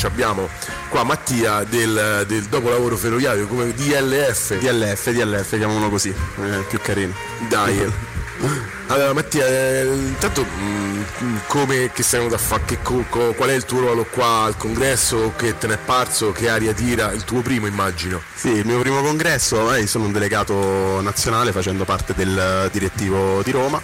ci abbiamo qua Mattia del dopolavoro ferroviario, come DLF, chiamavano così, più carino. Dai. Allora Mattia, intanto come che sei venuto a fare, qual è il tuo ruolo qua al congresso, che te ne è parso, che aria tira, il tuo primo immagino? Sì, il mio primo congresso, sono un delegato nazionale facendo parte del direttivo di Roma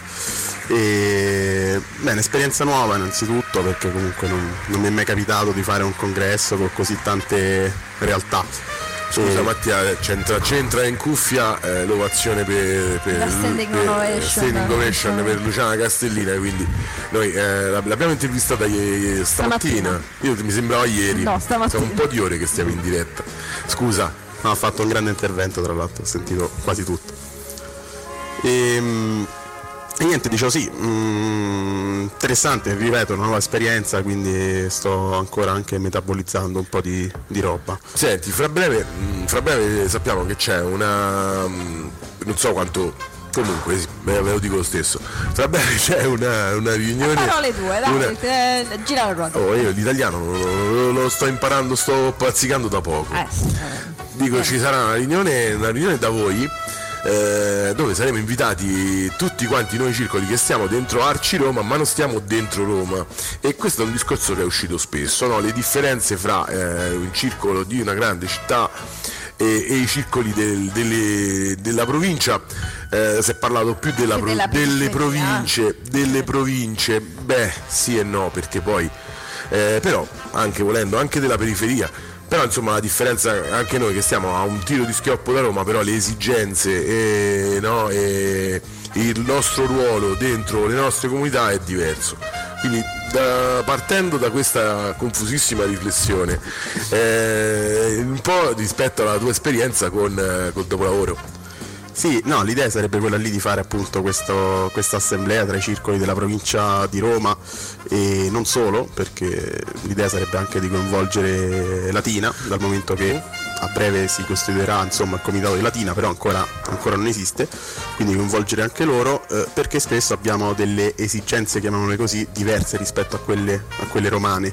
e un'esperienza nuova innanzitutto, perché comunque non mi è mai capitato di fare un congresso con così tante realtà. Scusa Mattia, c'entra in cuffia l'ovazione per standing ovation per Luciana Castellina, quindi noi l'abbiamo intervistata stamattina. Io mi sembrava ieri. No, stamattina. Sono un po' di ore che stiamo in diretta. Scusa. No, ha fatto un grande intervento, tra l'altro, ho sentito quasi tutto. E niente, dicevo sì, interessante, ripeto, una nuova esperienza, quindi sto ancora anche metabolizzando un po' di roba. Senti, fra breve sappiamo che c'è una, non so quanto, comunque ve lo dico lo stesso, fra breve c'è una riunione. Parole due, dai, gira la ruota. Io l'italiano lo sto imparando, sto praticando da poco. Dico, ci sarà una riunione da voi, dove saremo invitati tutti quanti noi circoli che stiamo dentro Arci Roma, ma non stiamo dentro Roma, e questo è un discorso che è uscito spesso, no? Le differenze fra un circolo di una grande città e i circoli della provincia. Si è parlato più delle province, beh sì e no, perché poi però anche volendo anche della periferia. Però insomma la differenza, anche noi che stiamo a un tiro di schioppo da Roma, però le esigenze e il nostro ruolo dentro le nostre comunità è diverso. Quindi partendo da questa confusissima riflessione, un po' rispetto alla tua esperienza col dopolavoro. Sì, no, l'idea sarebbe quella lì di fare appunto questa assemblea tra i circoli della provincia di Roma e non solo, perché l'idea sarebbe anche di coinvolgere Latina, dal momento che a breve si costituirà insomma il comitato di Latina, però ancora non esiste, quindi coinvolgere anche loro, perché spesso abbiamo delle esigenze, chiamiamole così, diverse rispetto a quelle romane.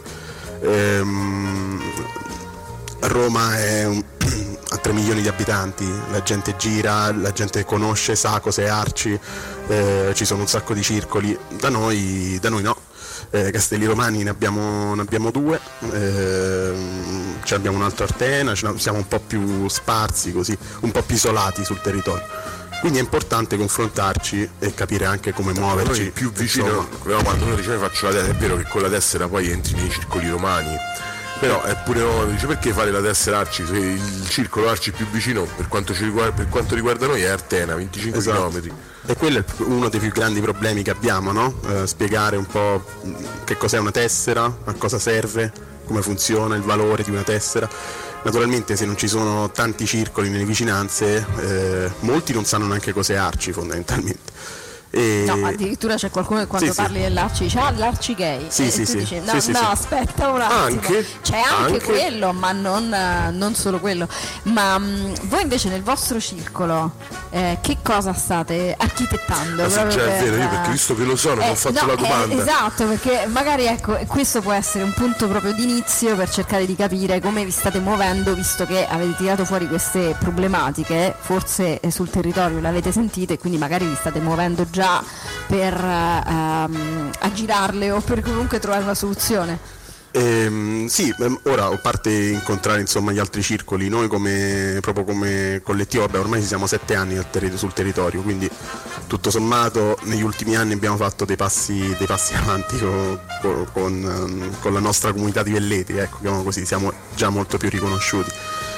Roma è a 3 milioni di abitanti, la gente gira, la gente conosce, sa cos'è Arci, ci sono un sacco di circoli, da noi no. Castelli Romani ne abbiamo 2, abbiamo un altro Artena, siamo un po' più sparsi così, un po' più isolati sul territorio. Quindi è importante confrontarci e capire anche come muoverci. Noi più vicino, quando uno dice faccio la tessera, è vero che con la tessera poi entri nei circoli romani, però è pure dice perché fare la tessera Arci se il circolo Arci più vicino per quanto riguarda noi è Artena, 25 km. E quello è uno dei più grandi problemi che abbiamo, no? Spiegare un po' che cos'è una tessera, a cosa serve, come funziona, il valore di una tessera. Naturalmente se non ci sono tanti circoli nelle vicinanze, molti non sanno neanche cos'è Arci fondamentalmente. No, addirittura c'è qualcuno che quando parli dell'Arci dice l'Arci gay, sì, tu dici aspetta un attimo, c'è anche quello, ma non solo quello. Ma voi invece nel vostro circolo che cosa state architettando? Io perché visto che lo so non ho fatto la domanda. Esatto, perché magari ecco questo può essere un punto proprio di inizio per cercare di capire come vi state muovendo, visto che avete tirato fuori queste problematiche, forse sul territorio le avete sentite e quindi magari vi state muovendo già per aggirarle o per comunque trovare una soluzione. Sì, ora a parte incontrare insomma gli altri circoli, noi proprio come collettivo, ormai ci siamo 7 anni sul territorio, quindi tutto sommato negli ultimi anni abbiamo fatto dei passi avanti con la nostra comunità di Velletri, ecco, chiamiamo così, siamo già molto più riconosciuti.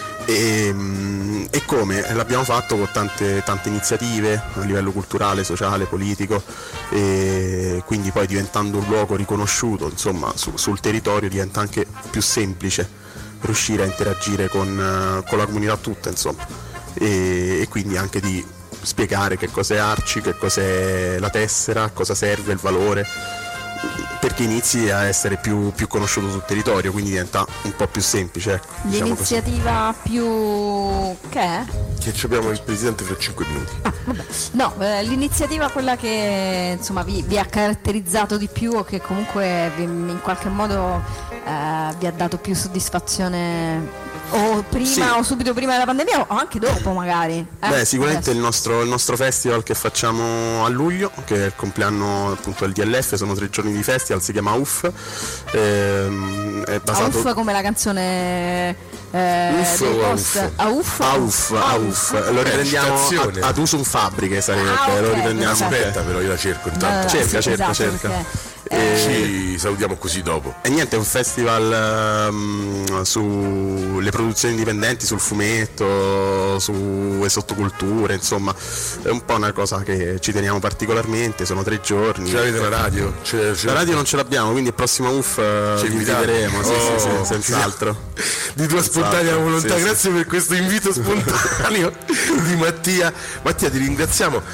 E come l'abbiamo fatto con tante iniziative a livello culturale, sociale, politico, e quindi poi diventando un luogo riconosciuto insomma sul territorio diventa anche più semplice riuscire a interagire con la comunità tutta insomma, e quindi anche di spiegare che cos'è Arci, che cos'è la tessera, a cosa serve, il valore, perché inizi a essere più conosciuto sul territorio, quindi diventa un po' più semplice, ecco, l'iniziativa così. Più che è? Che abbiamo il presidente fra 5 minuti. Vabbè. No, l'iniziativa quella che insomma vi ha caratterizzato di più o che comunque in qualche modo vi ha dato più soddisfazione o prima Sì. o subito prima della pandemia o anche dopo magari? Beh, sicuramente Adesso. il nostro festival che facciamo a luglio, che è il compleanno appunto del DLF, sono 3 giorni di festival, si chiama UF, è basato... Auff come la canzone Uff dei o post. Auff? Auff, lo riprendiamo citazione. ad usum fabriche sarebbe, Ah, lo ok, riprendiamo. Aspetta, però io la cerco intanto. Cerca, cerca. perché, Ci salutiamo così dopo. E niente, è un festival sulle produzioni indipendenti, sul fumetto, sulle sottoculture, insomma, è un po' una cosa che ci teniamo particolarmente, sono 3 giorni. Ce l'avete la radio? La radio non ce l'abbiamo, quindi il prossimo UF Ci vi invitate? inviteremo, sì, Oh, sì, senz'altro. Di tua spontanea Esatto, volontà, sì, sì. grazie per questo invito spontaneo di Mattia. Mattia, ti ringraziamo.